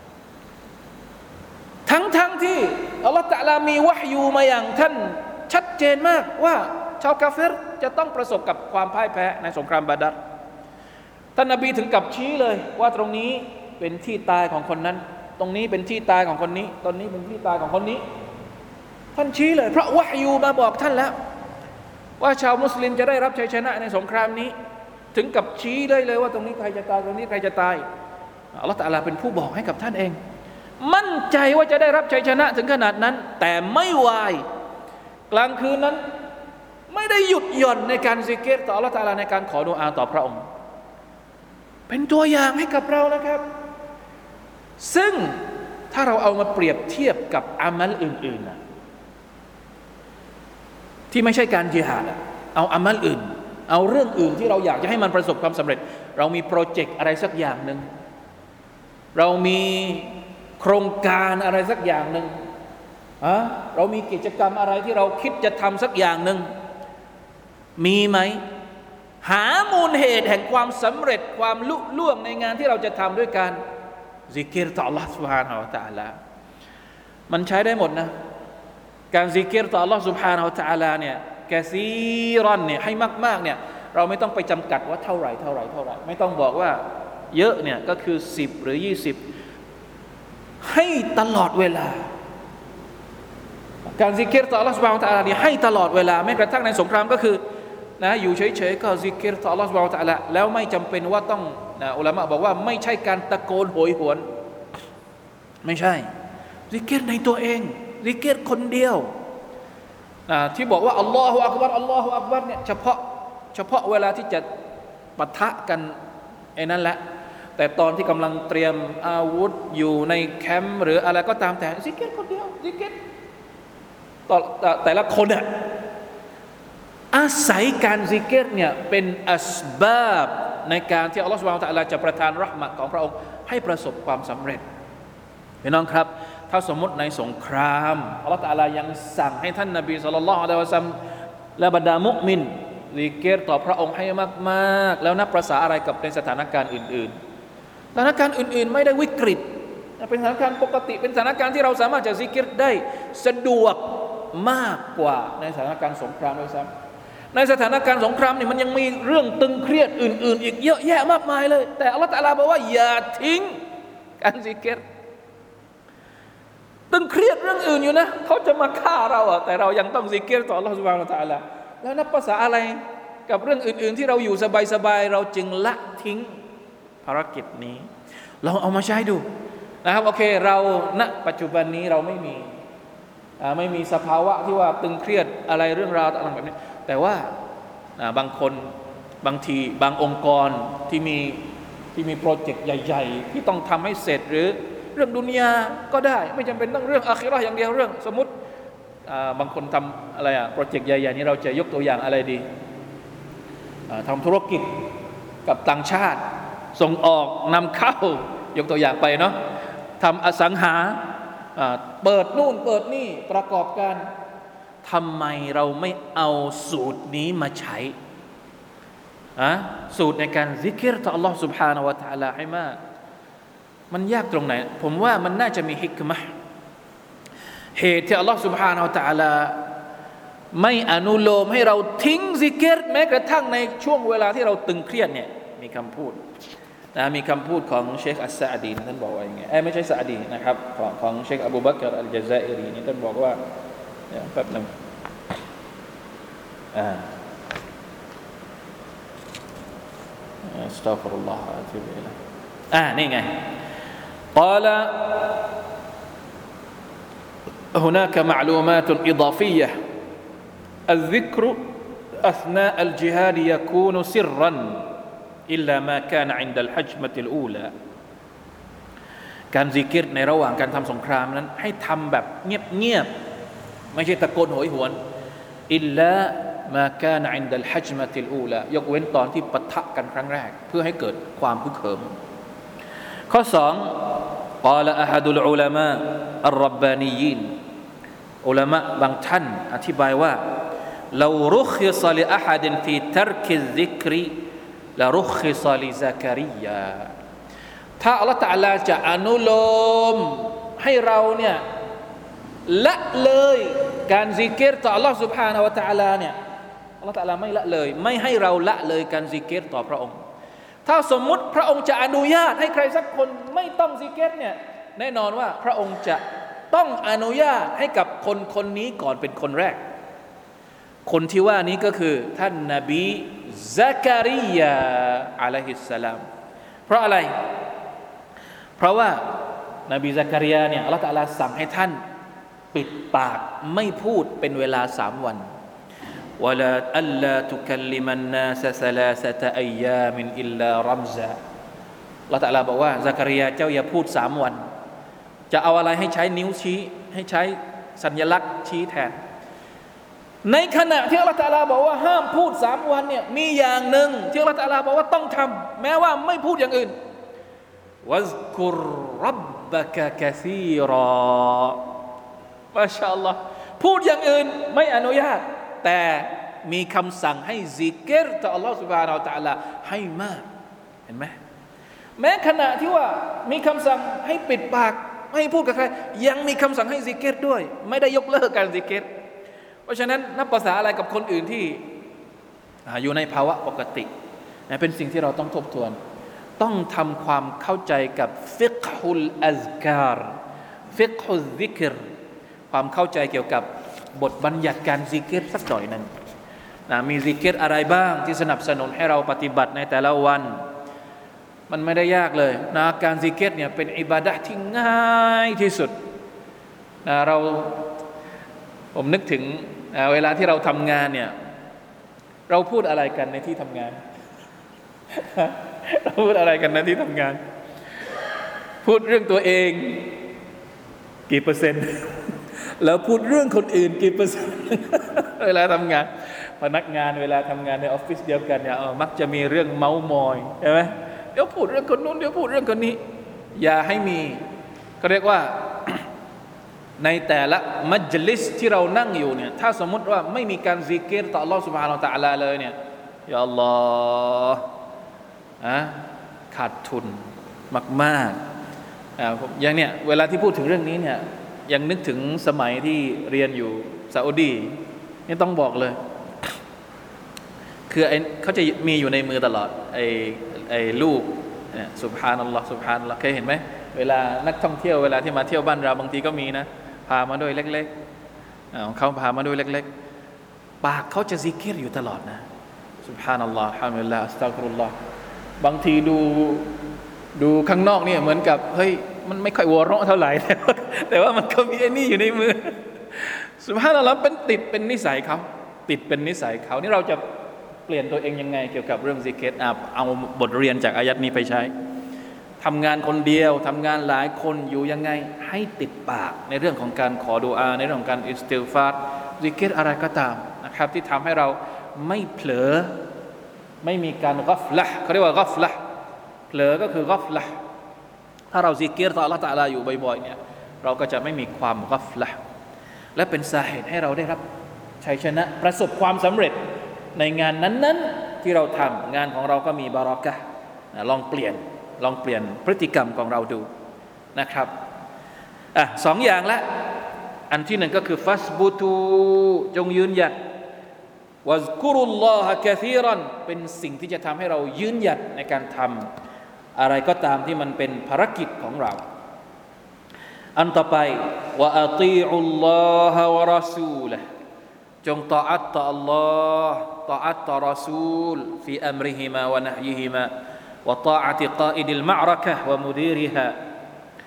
ทั้งที่อัลเลาะห์ตะอาลามีวะฮยูมาอย่างท่านชัดเจนมากว่าชาวกาเฟรจะต้องประสบกับความพ่ายแพ้ในสงครามบาดัรท่านนบีถึงกับชี้เลยว่าตรงนี้เป็นที่ตายของคนนั้นตรงนี้เป็นที่ตายของคนนี้ตรงนี้เป็นที่ตายของคนนี้ท่านชี้เลยเพราะวะฮยูมาบอกท่านแล้วว่าชาวมุสลิมจะได้รับชัยชนะในสงครามนี้ถึงกับชี้ได้เลยว่าตรงนี้ใครจะตายตรงนี้ใครจะตายอัลเลาะห์ตะอาลาเป็นผู้บอกให้กับท่านเองมั่นใจว่าจะได้รับชัยชนะถึงขนาดนั้นแต่ไม่วายกลางคืนนั้นไม่ได้หยุดหย่อนในการซิกรต่ออัลเลาะห์ตะอาลาในการขอดุอาต่อพระองค์เป็นตัวอย่างให้กับเรานะครับซึ่งถ้าเราเอามาเปรียบเทียบกับอามัลอื่นๆนะที่ไม่ใช่การญิฮาดเอาอามัลอื่นเอาเรื่องอื่นที่เราอยากจะให้มันประสบความสำเร็จเรามีโปรเจกต์อะไรสักอย่างหนึ่งเรามีโครงการอะไรสักอย่างหนึ่งเรามีกิจกรรมอะไรที่เราคิดจะทำสักอย่างหนึ่งมีไหมหามูลเหตุแห่งความสำเร็จความลุล่วงในงานที่เราจะทำด้วยการซิกรต่อ Allah Subhanahu Wa Taala มันใช้ได้หมดนะการซิกรต่อ Allah Subhanahu Wa Taala เนี่ยกะซีรอนเนี่ยให้มากๆเนี่ยเราไม่ต้องไปจำกัดว่าเท่าไหร่ไม่ต้องบอกว่าเยอะเนี่ยก็คือ10หรือ20ให้ตลอดเวลาการซิกรต่อ Allah Subhanahu Wa Taala เนี่ยให้ตลอดเวลาแม้กระทั่งในสงครามก็คือนะอยู่เฉยๆก็ซิกรต่อ Allah Subhanahu Wa Taala แล้วไม่จำเป็นว่าต้องนะอุลามะบอกว่าไม่ใช่การตะโกนโหยหวนไม่ใช่ซิกรในตัวเองซิกรคนเดียวที่บอกว่าอัลลอฮฺอักบัรอัลลอฮฺอักบัรเนี่ยเฉพาะเวลาที่จะปะทะกันไอ้นั่นแหละแต่ตอนที่กำลังเตรียมอาวุธอยู่ในแคมป์หรืออะไรก็ตามแต่ซิกรคนเดียวซิกรแต่ละคนเนี่ยอาศัยการซิกรเนี่ยเป็นอัสบาบในการที่อัลลอฮฺซุบฮานะฮูวะตะอาลาจะประทานเราะห์มะฮ์ของพระองค์ให้ประสบความสำเร็จพี่น้องครับถ้าสมมติในสงครามอัลลอฮฺตะอาลายังสั่งให้ท่านนบีศ็อลลัลลอฮุอะลัยฮิวะซัลลัมและบรรดามุมินซิกรต่อพระองค์ให้มากๆแล้วนับประสาอะไรกับในสถานการณ์อื่นๆสถานการณ์อื่นๆไม่ได้วิกฤตเป็นสถานการณ์ปกติเป็นสถานการณ์ที่เราสามารถจะซิกรได้สะดวกมากกว่าในสถานการณ์สงครามด้วยซ้ำในสถานการณ์สงครามนี่มันยังมีเรื่องตึงเครียดอื่นๆอีกเยอะแยะมากมายเลยแต่อัลลอฮฺตะอาลาบอกว่าอย่าทิ้งการซิกรตึงเครียดเรื่องอื่นอยู่นะเขาจะมาฆ่าเราแต่เรายังต้องซิกรต่ออัลลอฮฺซุบฮานะฮูวะตะอาลาแล้วนับภาษาอะไรกับเรื่องอื่นๆที่เราอยู่สบายๆเราจึงละทิ้งภารกิจนี้เราเอามาใช้ดูนะครับโอเคเราณปัจจุบันนี้เราไม่มีสภาวะที่ว่าตึงเครียดอะไรเรื่องราวต่างๆแบบนี้แต่ว่าบางคนบางทีบางองค์กรที่มีโปรเจกต์ใหญ่ๆที่ต้องทำให้เสร็จหรือเรื่องดุนยาก็ได้ไม่จำเป็นต้องเรื่องอาคิเราะห์อย่างเดียวเรื่องสมมุติบางคนทำอะไรโปรเจกต์ใหญ่ๆนี้เราจะยกตัวอย่างอะไรดีทำธุรกิจกับต่างชาติส่งออกนำเข้ายกตัวอย่างไปเนาะทำอสังหาเปิดนู่นเปิดนี่ประกอบการทำไมเราไม่เอาสูตรนี้มาใช้สูตรในการซิกรต่อ Allah Subhanahu Wa Taala ให้มากมันยากตรงไหนผมว่ามันน่าจะมีฮิกมะห์เหตุที่ Allah Subhanahu Wa Taala ไม่อนุโลมให้เราทิ้งซิกรแม้กระทั่งในช่วงเวลาที่เราตึงเครียดเนี่ยมีคำพูดของเชคอัสซะอดีท่านบอกว่าอย่างไงไม่ใช่ซะอดีนะครับของเชคอบูบักรอัลญะซาอิรีนี่ท่านบอกว่าแป๊บนึงอัสตัฆฟิรุลลอฮะอะตูบิอิลัยฮินี่ไง قال هناك معلومات إضافية الذكر أثناء الجهاد يكون سرا إلا ما كان عند الحجمة الأولى การซิกิรในระหว่างการทำสงครามนั้นให้ทำแบบเงียบๆไม่ใช่ตะโกนโหยหวนอิลลามาคานะอินดัลฮัจมะติลอูลายกเว้นตอนที่ปะทะกันครั้งแรกเพื่อให้เกิดความฮึกเหิมข้อ2กล่าวอะฮัดุลอุลามะอัรร็บบานียีนอุลามะบางท่านอธิบายว่าلو رخص لأحد في ترك الذكر لرخص لزكريا ถ้าอัลเลาะห์ตะอาลาจะอนุโลมให้เราเนี่ยละเลยการซิกิรต่ออัลเลาะห์ سبحانه และ تعالى เนี่ยอัลเลาะห์ตะอาลาไม่ละเลยไม่ให้เราละเลยการซิกิรต่อพระองค์ถ้าสมมุติพระองค์จะอนุญาตให้ใครสักคนไม่ต้องซิกิรเนี่ยแน่นอนว่าพระองค์จะต้องอนุญาตให้กับคนคนนี้ก่อนเป็นคนแรกคนที่ว่านี้ก็คือท่านนบีซักริยาอะลัยฮิสสลามเพราะอะไรเพราะว่านบีซักริยาเนี่ยอัลเลาะห์ตะอาลาสั่งให้ท่านปิดปากไม่พูดเป็นเวลา3วันวะลาอัลลาตุคัลลิมันนาสซะลาซะตะอัยยามินอิลลารัมซาอัลเลาะห์ตะอาลาบอกว่าซักริยาเจ้าอย่าพูด3วันจะเอาอะไรให้ใช้นิ้วชี้ให้ใช้สัญลักษณ์ชี้แทนในขณะที่อัลเลาะห์ตะอาลาบอกว่าห้ามพูด3วันเนี่ยมีอย่างหนึ่งที่อัลเลาะห์ตะอาลาบอกว่าต้องทำแม้ว่าไม่พูดอย่างอื่นวัซกุรร็อบบะกะกะซีรอมาชาอัลลอฮ์พูดอย่างอื่นไม่อนุญาตแต่มีคำสั่งให้ซิกรต่ออัลลอฮ์ سبحانه และ تعالى ให้มากเห็นไหมแม้ขณะที่ว่ามีคำสั่งให้ปิดปากไม่ให้พูดกับใครยังมีคำสั่งให้ซิกรด้วยไม่ได้ยกเลิกการซิกรเพราะฉะนั้นนับภาษาอะไรกับคนอื่นที่อยู่ในภาวะปกติเป็นสิ่งที่เราต้องทบทวนต้องทำความเข้าใจกับฟิกฮุลอัซการฟิกฮุลซิกรความเข้าใจเกี่ยวกับบทบัญญัติการซิกรสักหน่อยนึงมีซิกรอะไรบ้างที่สนับสนุนให้เราปฏิบัติในแต่ละวันมันไม่ได้ยากเลยนะการซิกรเนี่ยเป็นอิบาดะห์ที่ง่ายที่สุดผมนึกถึงเวลาที่เราทำงานเนี่ยเราพูดอะไรกันในที่ทำงาน เราพูดอะไรกันในที่ทำงานพูดเรื่องตัวเองกี่เปอร์เซ็นต์ แล้วพูดเรื่องคนอื่นกี่เปอร์เซ็นต์ เวลาทำงานพนักงานเวลาทำงานในออฟฟิศเดียวกันเนี่ยมักจะมีเรื่องเม้ามอยใช่ไหมเดี๋ยวพูดเรื่องคนนู้นเดี๋ยวพูดเรื่องคนนี้อย่าให้มีก็เรียกว่าในแต่ละมัจลิสที่เรานั่งอยู่เนี่ยถ้าสมมติว่าไม่มีการซิกรต่ออัลลอฮฺ سبحانه และ تعالى เลยเนี่ยยาอัลลอฮฺขาดทุนมากๆอย่างเนี้ยเวลาที่พูดถึงเรื่องนี้เนี่ยยังนึกถึงสมัยที่เรียนอยู่ซาอุดีนี่ต้องบอกเลยคือเขาจะมีอยู่ในมือตลอดไอ้ลูกเนี่ยซุบฮานัลลอฮ์ซุบฮานัลลอฮ์เคยเห็นไหมเวลานักท่องเที่ยวเวลาที่มาเที่ยวบ้านเราบางทีก็มีนะพามาด้วยเล็กๆของเขาพามาด้วยเล็กๆปากเขาจะซิกรอยู่ตลอดนะซุบฮานัลลอฮ์ฮะมิดุลิลลาฮ์อัสตัฆฟิรุลลอฮ์บางทีดูข้างนอกเนี่ยเหมือนกับเฮ้ยมันไม่ค่อยวัวเราะเท่าไหร่ แต่ว่ามันก็มีไอ้นี่อยู่ในมือซุบฮานัลลอฮ์เป็นนิสัยเขาติดเป็นนิสัยเขานี่เราจะเปลี่ยนตัวเองยังไงเกี่ยวกับเรื่องซิกรเอาบทเรียนจากอายัดนี้ไปใช้ทำงานคนเดียวทำงานหลายคนอยู่ยังไงให้ติดปากในเรื่องของการขอดุอาในเรื่องของการอิสติฆฟารซิกรอะไรก็ตามนะครับที่ทำให้เราไม่เผลอไม่มีการกัฟละห์เขาเรียกว่ากัฟละห์เผลอก็คือกัฟละห์ถ้าเราซิกรต่ออัลเลาะห์ตะอาลาอยู่บ่อยๆเนี่ยเราก็จะไม่มีความกัฟละห์และเป็นสาเหตุให้เราได้รับชัยชนะประสบความสำเร็จในงานนั้นๆที่เราทำงานของเราก็มีบารอกะห์ลองเปลี่ยนพฤติกรรมของเราดูนะครับสองอย่างละอันที่หนึ่งก็คือฟัสบุตูจงยืนหยัดวัซกุรุลลอฮะกะซีรันเป็นสิ่งที่จะทำให้เรายืนหยัดในการทำอะไรก็ตามที่มันเป็นภารกิจของเราอันต่อไปวะอะตีอุลลอฮะวะรอซูละจงตออัตต่ออัลลอฮ์ตออัตต่อรอซูลฟีอัมริฮิมาวะนะฮยิฮิมาوطاعة قائد المعركة ومديرها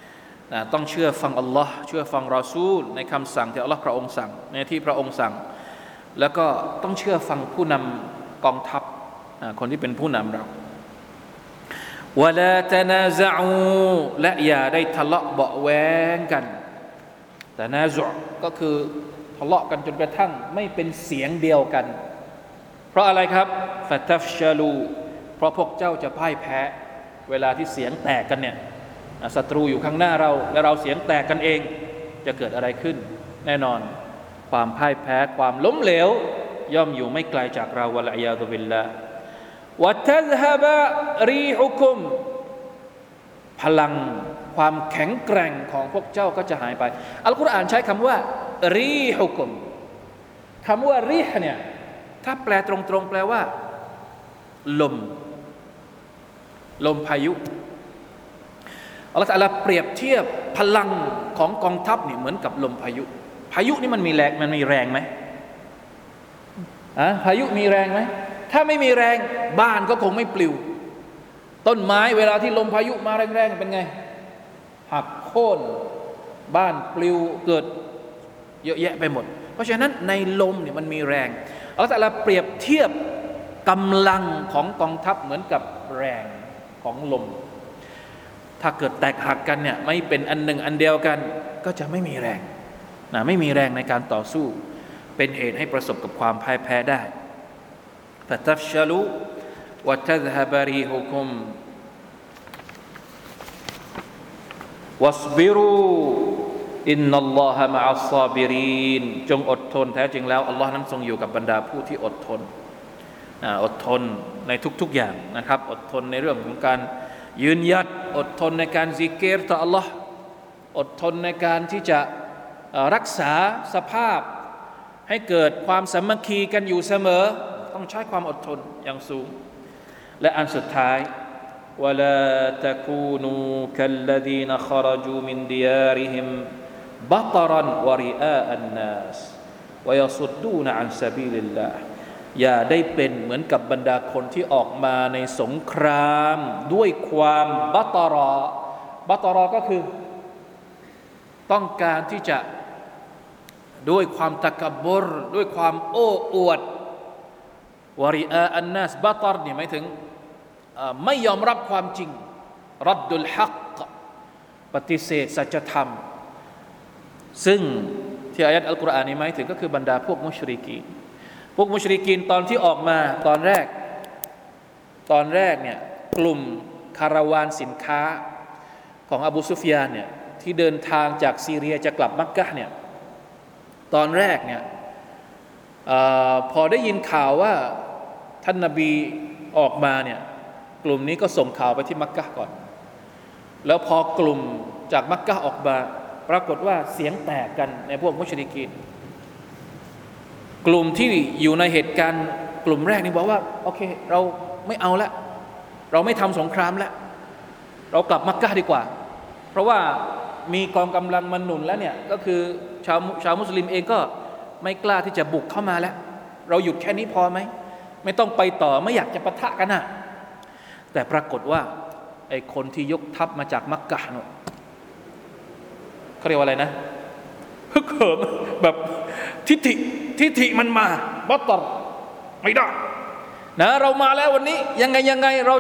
ต้องเชื่อฟังอัลลอฮ์เชื่อฟังรอซูลในคำสั่งที่อัลลอฮ์พระองค์สั่งในที่พระองค์สั่งแล้วก็ต้องเชื่อฟังผู้นำกองทัพคนที่เป็นผู้นำเราวะลาตะนาซะอูและอย่าได้ทะเลาะเบาะแว้งกันตะนาซุก็คือทะเลาะกันจนกระทั่งไม่เป็นเสียงเดียวกันเพราะอะไรครับฟะตัฟชะลูเพราะพวกเจ้าจะพ่ายแพ้เวลาที่เสียงแตกกันเนี่ยศัตรูอยู่ข้างหน้าเราและเราเสียงแตกกันเองจะเกิดอะไรขึ้นแน่นอนความพ่ายแพ้ความล้มเหลวย่อมอยู่ไม่ไกลจากเราวะลัยยาตุบิลลาห์วะตัซฮะบะรีฮุกุมพลังความแข็งแกร่งของพวกเจ้าก็จะหายไปอัลกุรอานใช้คำว่ารีฮุกุมคำว่ารีฮเนี่ยถ้าแปลตรงๆแปลว่าลมพายุอัลลอฮฺตะอาลาเปรียบเทียบพลังของกองทัพนี่เหมือนกับลมพายุนี่มันมีแรงไหมพายุมีแรงไหมถ้าไม่มีแรงบ้านก็คงไม่ปลิวต้นไม้เวลาที่ลมพายุมาแรงๆเป็นไงหักโค่นบ้านปลิวเกิดเยอะแยะไปหมดเพราะฉะนั้นในลมเนี่ยมันมีแรงอัลลอฮฺตะอาลาเปรียบเทียบกำลังของกองทัพเหมือนกับแรงของลมถ้าเกิดแตกหักกันเนี่ยไม่เป็นอันหนึ่งอันเดียวกันก็จะไม่มีแรงไม่มีแรงในการต่อสู้เป็นเหตุให้ประสบกับความพ่ายแพ้ได้ฟะตัฟชะลูวะตัซฮะบะรีฮุกุมวัศบิรูอินนัลลอฮะมะอัศศอบิรีนจงอดทนแท้จริงแล้วอัลลอฮ์นั้นทรงอยู่กับบรรดาผู้ที่อดทนอดทนในทุกๆอย่างนะครับอดทนในเรื่องของการยืนหยัดอดทนในการซิกรต่ออัลลอฮ์อดทนในการที่จะรักษาสภาพให้เกิดความสามัคคีกันอยู่เสมอต้องใช้ความอดทนอย่างสูงและอันสุดท้ายวะลาตะกูนูกัลลดีนคอรจูมินดิยาริฮิมบัตรันวะริอาอันนัสวะยัสุดดูนอันซะบีลิลลาห์อย่าได้เป็นเหมือนกับบรรดาคนที่ออกมาในสงครามด้วยความบัตรอก็คือต้องการที่จะด้วยความตะกับบรด้วยความโอ้อวดวะริอาอันนัสบัตรนี่หมายถึงไม่ยอมรับความจริงรัดดุลฮักปฏิเสธสัจธรรมซึ่งที่อายะห์อัลกุรอานนี้หมายถึงก็คือบรรดาพวกมุชริกีนตอนที่ออกมาตอนแรกเนี่ยกลุ่มคาราวานสินค้าของอบูซุฟยานเนี่ยที่เดินทางจากซีเรียจะกลับมักกะฮ์เนี่ยตอนแรกเนี่ยพอได้ยินข่าวว่าท่านนบีออกมาเนี่ยกลุ่มนี้ก็ส่งข่าวไปที่มักกะฮ์ก่อนแล้วพอกลุ่มจากมักกะฮ์ออกมาปรากฏว่าเสียงแตกกันในพวกมุชริกีนกลุ่มที่อยู่ในเหตุการณ์กลุ่มแรกนี่บอกว่าโอเคเราไม่เอาละเราไม่ทำสงครามแล้วเรากลับมักกะฮ์ดีกว่าเพราะว่ามีกองกำลังมาหนุนแล้วเนี่ยก็คือชาวมุสลิมเองก็ไม่กล้าที่จะบุกเข้ามาแล้วเราหยุดแค่นี้พอไหมไม่ต้องไปต่อไม่อยากจะปะทะกันนะแต่ปรากฏว่าไอ้คนที่ยกทัพมาจากมักกะฮ์เขาเรียกว่าอะไรนะฮึกเหิมแบบทิฐิมันมาบัตรไม่ได้นะเรามาแล้ววันนี้ยังไงเรา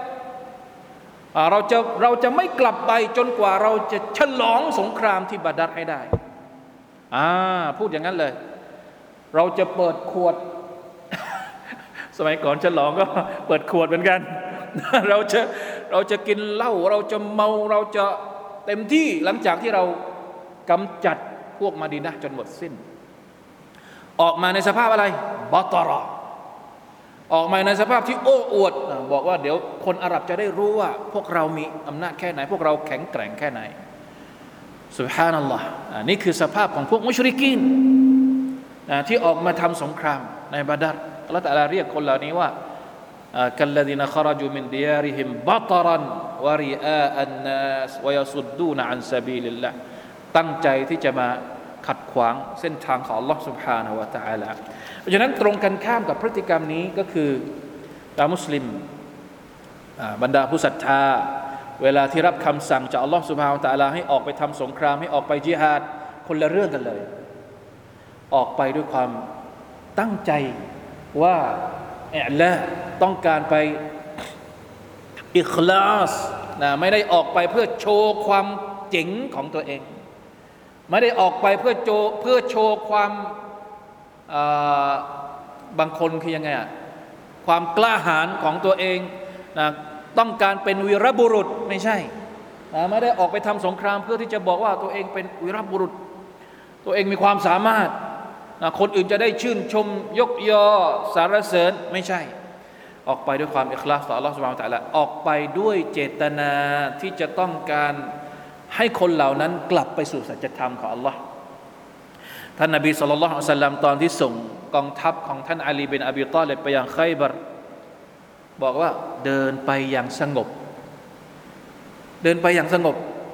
จะไม่กลับไปจนกว่าเราจะฉลองสงครามที่บาดัรให้ได้พูดอย่างนั้นเลยเราจะเปิดขวด สมัยก่อนฉลองก็เปิดขวดเหมือนกัน เราจะกินเหล้าเราจะเมาเราจะเต็มที่หลังจากที่เรากำจัดพวกมะดีนะห์จนหมดสิ้นออกมาในสภาพอะไรบัตรออกมาในสภาพที่โอ้อวดบอกว่าเดี๋ยวคนอาหรับจะได้รู้ว่าพวกเรามีอำนาจแค่ไหนพวกเราแข็งแกร่งแค่ไหนซุบฮานัลลอฮ์นี่คือสภาพของพวกมุชริกีนที่ออกมาทำสงครามในบาดัรอัลเลาะห์ตะอาลาเรียกคนเหล่านี้ว่ากัลลดีนคอรจูมินดิยาริฮิมบัตรันวะริอาอันนัสวะยัสุดดูนอันซะบีลิลลาห์ตั้งใจที่จะมาขัดขวางเส้นทางของอัลลอฮ์ سبحانه และ تعالى เพราะฉะนั้นตรงกันข้ามกับพฤติกรรมนี้ก็คือชาวมุสลิมบรรดาผู้ศรัทธาเวลาที่รับคำสั่งจากอัลลอฮฺซุบฮานะฮูวะตะอาลาให้ออกไปทำสงครามให้ออกไปญิฮาดคนละเรื่องกันเลยออกไปด้วยความตั้งใจว่าต้องการไปอิคลาสนะไม่ได้ออกไปเพื่อโชว์ความเจ๋งของตัวเองไม่ได้ออกไปเพื่อโชว์ความบางคนคือยังไงความกล้าหาญของตัวเองนะต้องการเป็นวีรบุรุษไม่ใช่นะไม่ได้ออกไปทำสงครามเพื่อที่จะบอกว่าตัวเองเป็นวีรบุรุษตัวเองมีความสามารถนะคนอื่นจะได้ชื่นชมยกยอสรรเสริญไม่ใช่ออกไปด้วยความอิคลาสต่อ Allah Subhanahu Wa Taala ออกไปด้วยเจตนาที่จะต้องการให้คนเหล่านั้นกลับไปสู่สัจธรรมของ Allah ท่านนบีศ็อลลัลลอฮุอะลัยฮิวะซัลลัมตอนที่ส่งกองทัพของท่านอาลีบินอบีฏอลิบไปยังไคบรบอกว่าเดินไปอย่างสงบเดินไปอย่างสงบ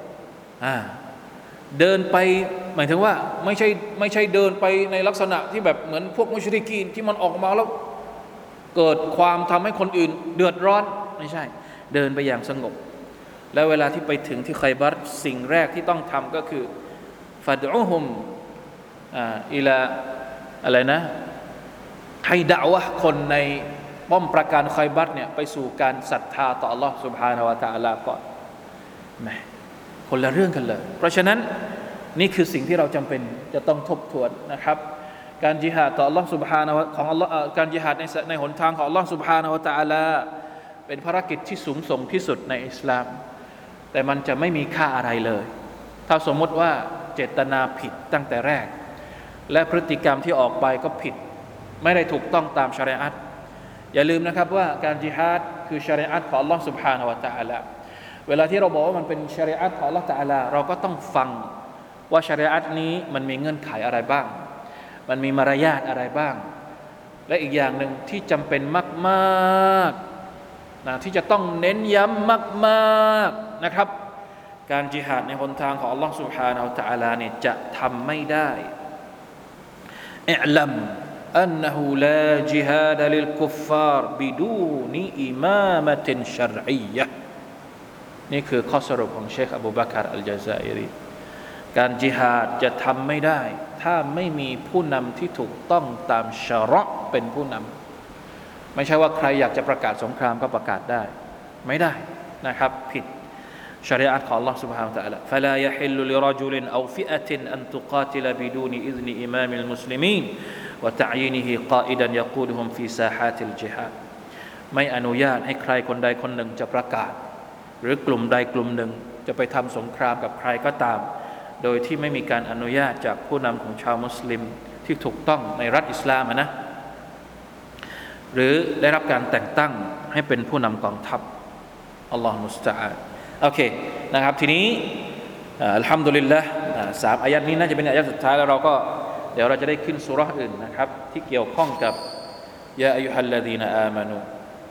เดินไปหมายถึงว่าไม่ใช่เดินไปในลักษณะที่แบบเหมือนพวกมุชริกีนที่มันออกมาแล้วเกิดความทำให้คนอื่นเดือดร้อนไม่ใช่เดินไปอย่างสงบแล้วเวลาที่ไปถึงที่ไคบัรสิ่งแรกที่ต้องทำก็คือฟัดอุฮุมอิลาอะไรนะให้ดะวะห์คนในป้อมปราการไคบัรเนี่ยไปสู่การศรัทธาต่อ Allah Subhanahu Wa Taala ก่อนแหมคนละเรื่องกันเลยเพราะฉะนั้นนี่คือสิ่งที่เราจำเป็นจะต้องทบทวนนะครับการญิฮาดต่อ Allah Subhanahu ของ Allah การญิฮาดในหนทางของ Allah Subhanahu Wa Taala เป็นภารกิจที่สูงส่งที่สุดในอิสลามแต่มันจะไม่มีค่าอะไรเลยถ้าสมมติว่าเจตนาผิดตั้งแต่แรกและพฤติกรรมที่ออกไปก็ผิดไม่ได้ถูกต้องตามชะรีอะห์อย่าลืมนะครับว่าการญิฮาดคือชะรีอะห์ของ Allah Subhanahu Wa Taala เวลาที่เราบอกว่ามันเป็นชะรีอะห์ของ Allah Taala เราก็ต้องฟังว่าชะรีอะห์นี้มันมีเงื่อนไขอะไรบ้างมันมีมารยาทอะไรบ้างและอีกอย่างหนึ่งที่จำเป็นมากๆนะที่จะต้องเน้นย้ำมากๆนะครับการญิฮาดในหนทางของ Allah Subhanahu Wa Taala เนี่ยจะทำไม่ได้อิอลัมอันนะฮูลาญิฮาดลิลกุฟฟาร์บิดูนอิมามะตินชะรอียะห์นี่คือข้อสรุปของเชคอบูบักรอัลญะซาอิรีการญิฮาดจะทำไม่ได้ถ้าไม่มีผู้นำที่ถูกต้องตามชะเราะห์เป็นผู้นำไม่ใช่ว่าใครอยากจะประกาศสงครามก็ประกาศได้ไม่ได้นะครับผิดชะรีอะห์ของ Allah Subhanahu Wa Taala فلا يحل لرجل أو فئة أن تقاتل بدون إذن إمام المسلمين وتعيينه قائدا يقودهم في ساحات الجهاد ไม่อนุญาตให้ใครคนใดคนหนึ่งจะประกาศหรือกลุ่มใดกลุ่มหนึ่งจะไปทำสงครามกับใครก็ตามโดยที่ไม่มีการอนุญาตจากผู้นำของชาวมุสลิมที่ถูกต้องในรัฐอิสลามนะหรือได้รับการแต่งตั้งให้เป็นผู้นำกองทัพอัลลอฮฺมุสตะอาดโอเคนะครับทีนี้อัลฮัมดุลิลละห์3อายัดนี้น่าจะเป็นอายัดสุดท้ายแล้วเราก็เดี๋ยวเราจะได้ขึ้นซูเราะห์อื่นนะครับที่เกี่ยวข้องกับยาอัยยูฮัลลดีนอามานู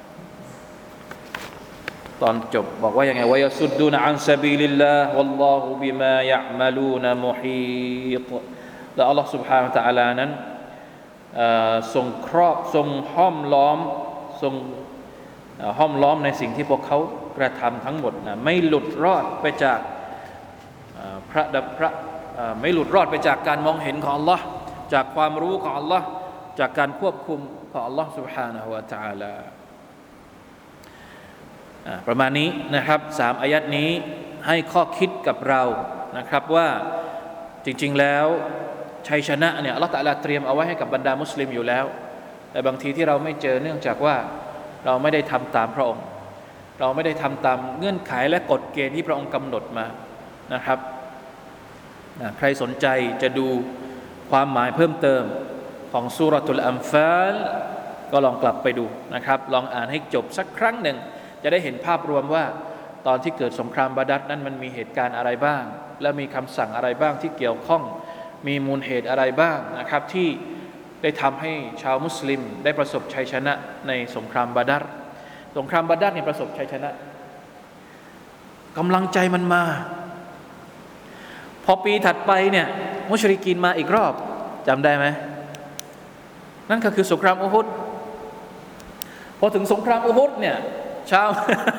ตอนจบบอกว่ายังไงวะยะซุดดูนอันซะบีลิลลาฮ์วัลลอฮุบิมายะอ์มะลูนมุฮีตและอัลลอฮ์ سبحانه และ تعالى นั้นทรงครอบทรงห้อมล้อมทรงห้อมล้อมในสิ่งที่พวกเขากระทำทั้งหมดนะไม่หลุดรอดไปจากไม่หลุดรอดไปจากการมองเห็นของ Allah จากความรู้ของ Allah จากการควบคุมของ Allah سبحانه และ تعالىประมาณนี้นะครับ3อายัดนี้ให้ข้อคิดกับเรานะครับว่าจริงๆแล้วชัยชนะเนี่ยอัลเลาะห์ตะอาลาเตรียมเอาไว้ให้กับบรรดามุสลิมอยู่แล้วแต่บางทีที่เราไม่เจอเนื่องจากว่าเราไม่ได้ทำตามพระองค์เราไม่ได้ทำตามเงื่อนไขและกฎเกณฑ์ที่พระองค์กำหนดมานะครับใครสนใจจะดูความหมายเพิ่มเติมของซูเราะตุลอัมฟาลก็ลองกลับไปดูนะครับลองอ่านให้จบสักครั้งหนึ่งจะได้เห็นภาพรวมว่าตอนที่เกิดสงครามบาดัรนั้นมันมีเหตุการณ์อะไรบ้างและมีคำสั่งอะไรบ้างที่เกี่ยวข้องมีมูลเหตุอะไรบ้างนะครับที่ได้ทำให้ชาวมุสลิมได้ประสบชัยชนะในสงครามบาดัรสงครามบาดัรเนี่ยประสบชัยชนะกำลังใจมันมาพอปีถัดไปเนี่ยมุชริกีนมาอีกรอบจำได้ไหมนั่นก็คือสงครามอูฮุดพอถึงสงครามอูฮุดเนี่ยชาว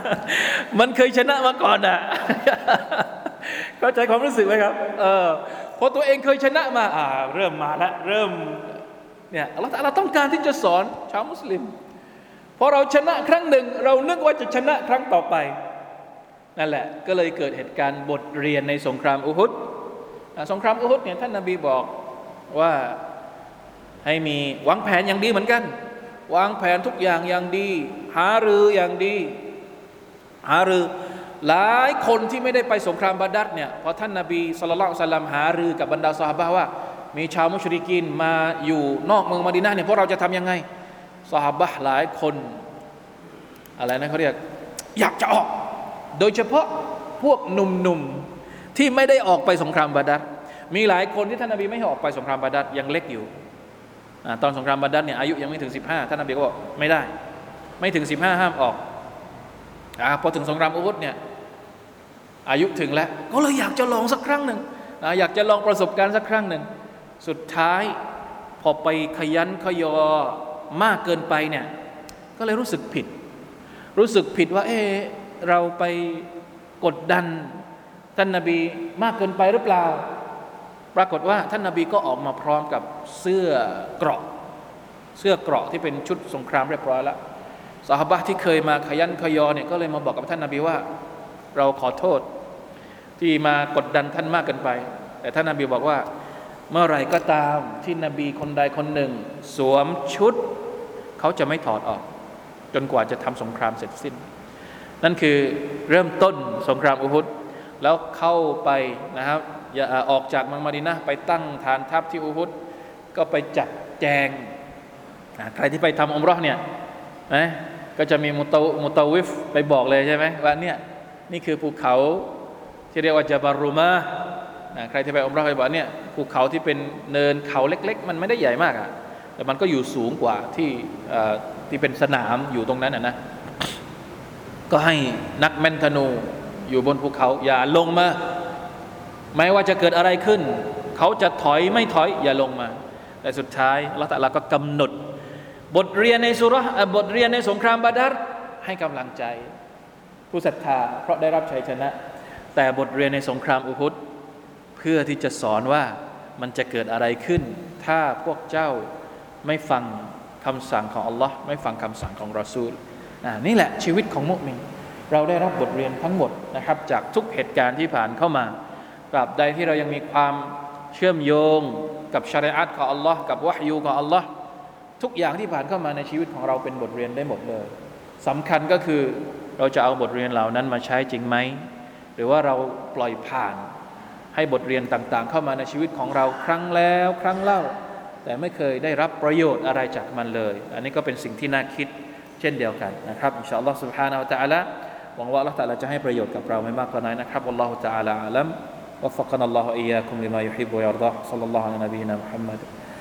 มันเคยชนะมาก่อนอ่ะเข้าใจความรู้สึกไหมครับพอตัวเองเคยชนะมาเริ่มมาแล้วเริ่มเนี่ยอัลเลาะห์ตะอาลาต้องการที่จะสอนชาวมุสลิมพอเราชนะครั้งหนึ่งเรานึกว่าจะชนะครั้งต่อไปนั่นแหละก็เลยเกิดเหตุการณ์บทเรียนในสงครามอูฮุดสงครามอูฮุดเนี่ยท่านนบีบอกว่าให้มีวางแผนอย่างดีเหมือนกันวางแผนทุกอย่างอย่างดีหารืออย่างดีหารือหลายคนที่ไม่ได้ไปสงครามบาดัรเนี่ยพอท่านนบีศ็อลลัลลอฮุอะลัยฮิวะซัลลัมหารือกับบรรดาซอฮาบะห์ว่ามีชาวมุชริกีนมาอยู่นอกเมืองมะดีนะห์เนี่ยพวกเราจะทำยังไงซอฮาบะห์หลายคนอะไรนะเขาเรียกอยากจะออกโดยเฉพาะพวกหนุ่มๆที่ไม่ได้ออกไปสงครามบาดัรมีหลายคนที่ท่านนบีไม่ให้ออกไปสงครามบาดัรยังเล็กอยู่ตอนสงครามบาดัรเนี่ยอายุยังไม่ถึง15ท่านนบีก็บอกไม่ได้ไม่ถึง15ห้ามออกพอถึงสงครามอูฮุดเนี่ยอายุถึงแล้วก็เลยอยากจะลองสักครั้งหนึ่งอยากจะลองประสบการณ์สักครั้งหนึ่งสุดท้ายพอไปขยันขยอมากเกินไปเนี่ยก็เลยรู้สึกผิดว่าเราไปกดดันท่านนบีมากเกินไปหรือเปล่าปรากฏว่าท่านนบีก็ออกมาพร้อมกับเสื้อเกราะที่เป็นชุดสงครามเรียบร้อยแล้วซอฮาบะห์ที่เคยมาขยันขยอเนี่ยก็เลยมาบอกกับท่านนบีว่าเราขอโทษที่มากดดันท่านมากเกินไปแต่ท่านนบีบอกว่าเมื่อไหร่ก็ตามที่นบีคนใดคนหนึ่งสวมชุดเขาจะไม่ถอดออกจนกว่าจะทำสงครามเสร็จสิ้นนั่นคือเริ่มต้นสงครามอูฮุดแล้วเข้าไปนะครับออกจากเมืองมะดีนะห์ไปตั้งฐานทัพที่อูฮุดก็ไปจัดแจงใครที่ไปทำอุมเราะห์เนี่ยนะก็จะมีมุตาวิฟไปบอกเลยใช่ไหมว่าเนี่ยนี่คือภูเขาที่เรียกว่าญะบัลรุมาใครที่ไปอุมเราะห์ไปบอกเนี่ยภูเขาที่เป็นเนินเขาเล็กๆมันไม่ได้ใหญ่มากแต่มันก็อยู่สูงกว่าที่เป็นสนามอยู่ตรงนั้นนะก็ให้นักแม่นธนูอยู่บนภูเขาอย่าลงมาไม่ว่าจะเกิดอะไรขึ้นเขาจะถอยไม่ถอยอย่าลงมาแต่สุดท้ายอัลเลาะห์ตะอาลาก็กำหนดบทเรียนในซูเราะห์บทเรียนในสงครามบาดัรให้กำลังใจผู้ศรัทธาเพราะได้รับชัยชนะแต่บทเรียนในสงครามอูฮุดเพื่อที่จะสอนว่ามันจะเกิดอะไรขึ้นถ้าพวกเจ้าไม่ฟังคำสั่งของอัลลอฮ์ไม่ฟังคำสั่งของรอซูลนี่แหละชีวิตของมุมินเราได้รับบทเรียนทั้งหมดนะครับจากทุกเหตุการณ์ที่ผ่านเข้ามาตราบใดที่เรายังมีความเชื่อมโยงกับชะรีอะห์ของอัลลอฮ์กับวะฮยูของอัลลอฮ์ทุกอย่างที่ผ่านเข้ามาในชีวิตของเราเป็นบทเรียนได้หมดเลยสำคัญก็คือเราจะเอาบทเรียนเหล่านั้นมาใช้จริงไหมหรือว่าเราปล่อยผ่านให้บทเรียนต่างๆเข้ามาในชีวิตของเราครั้งแล้วครั้งเล่าแต่ไม่เคยได้รับประโยชน์อะไรจากมันเลยอันนี้ก็เป็นสิ่งที่น่าคิดเช่นเดียวกันนะครับอินชาอัลลอฮ์ سبحانه และ تعالى หวังว่าอัลเลาะห์ตะอาลาจะให้ประโยชน์กับเราไม่มากก็น้อยนะครับวัลลอฮุตะอาลาอะลัมوفقنا الله وإياكم لما يحب ويرضاه صلى الله على نبينا محمد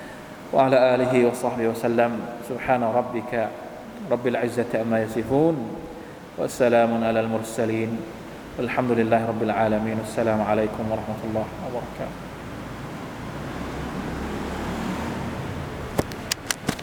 وعلى آله وصحبه وسلم سبحان ربك رب العزة عما يصفون والسلام على المرسلين والحمد لله رب العالمين السلام عليكم ورحمة الله وبركاته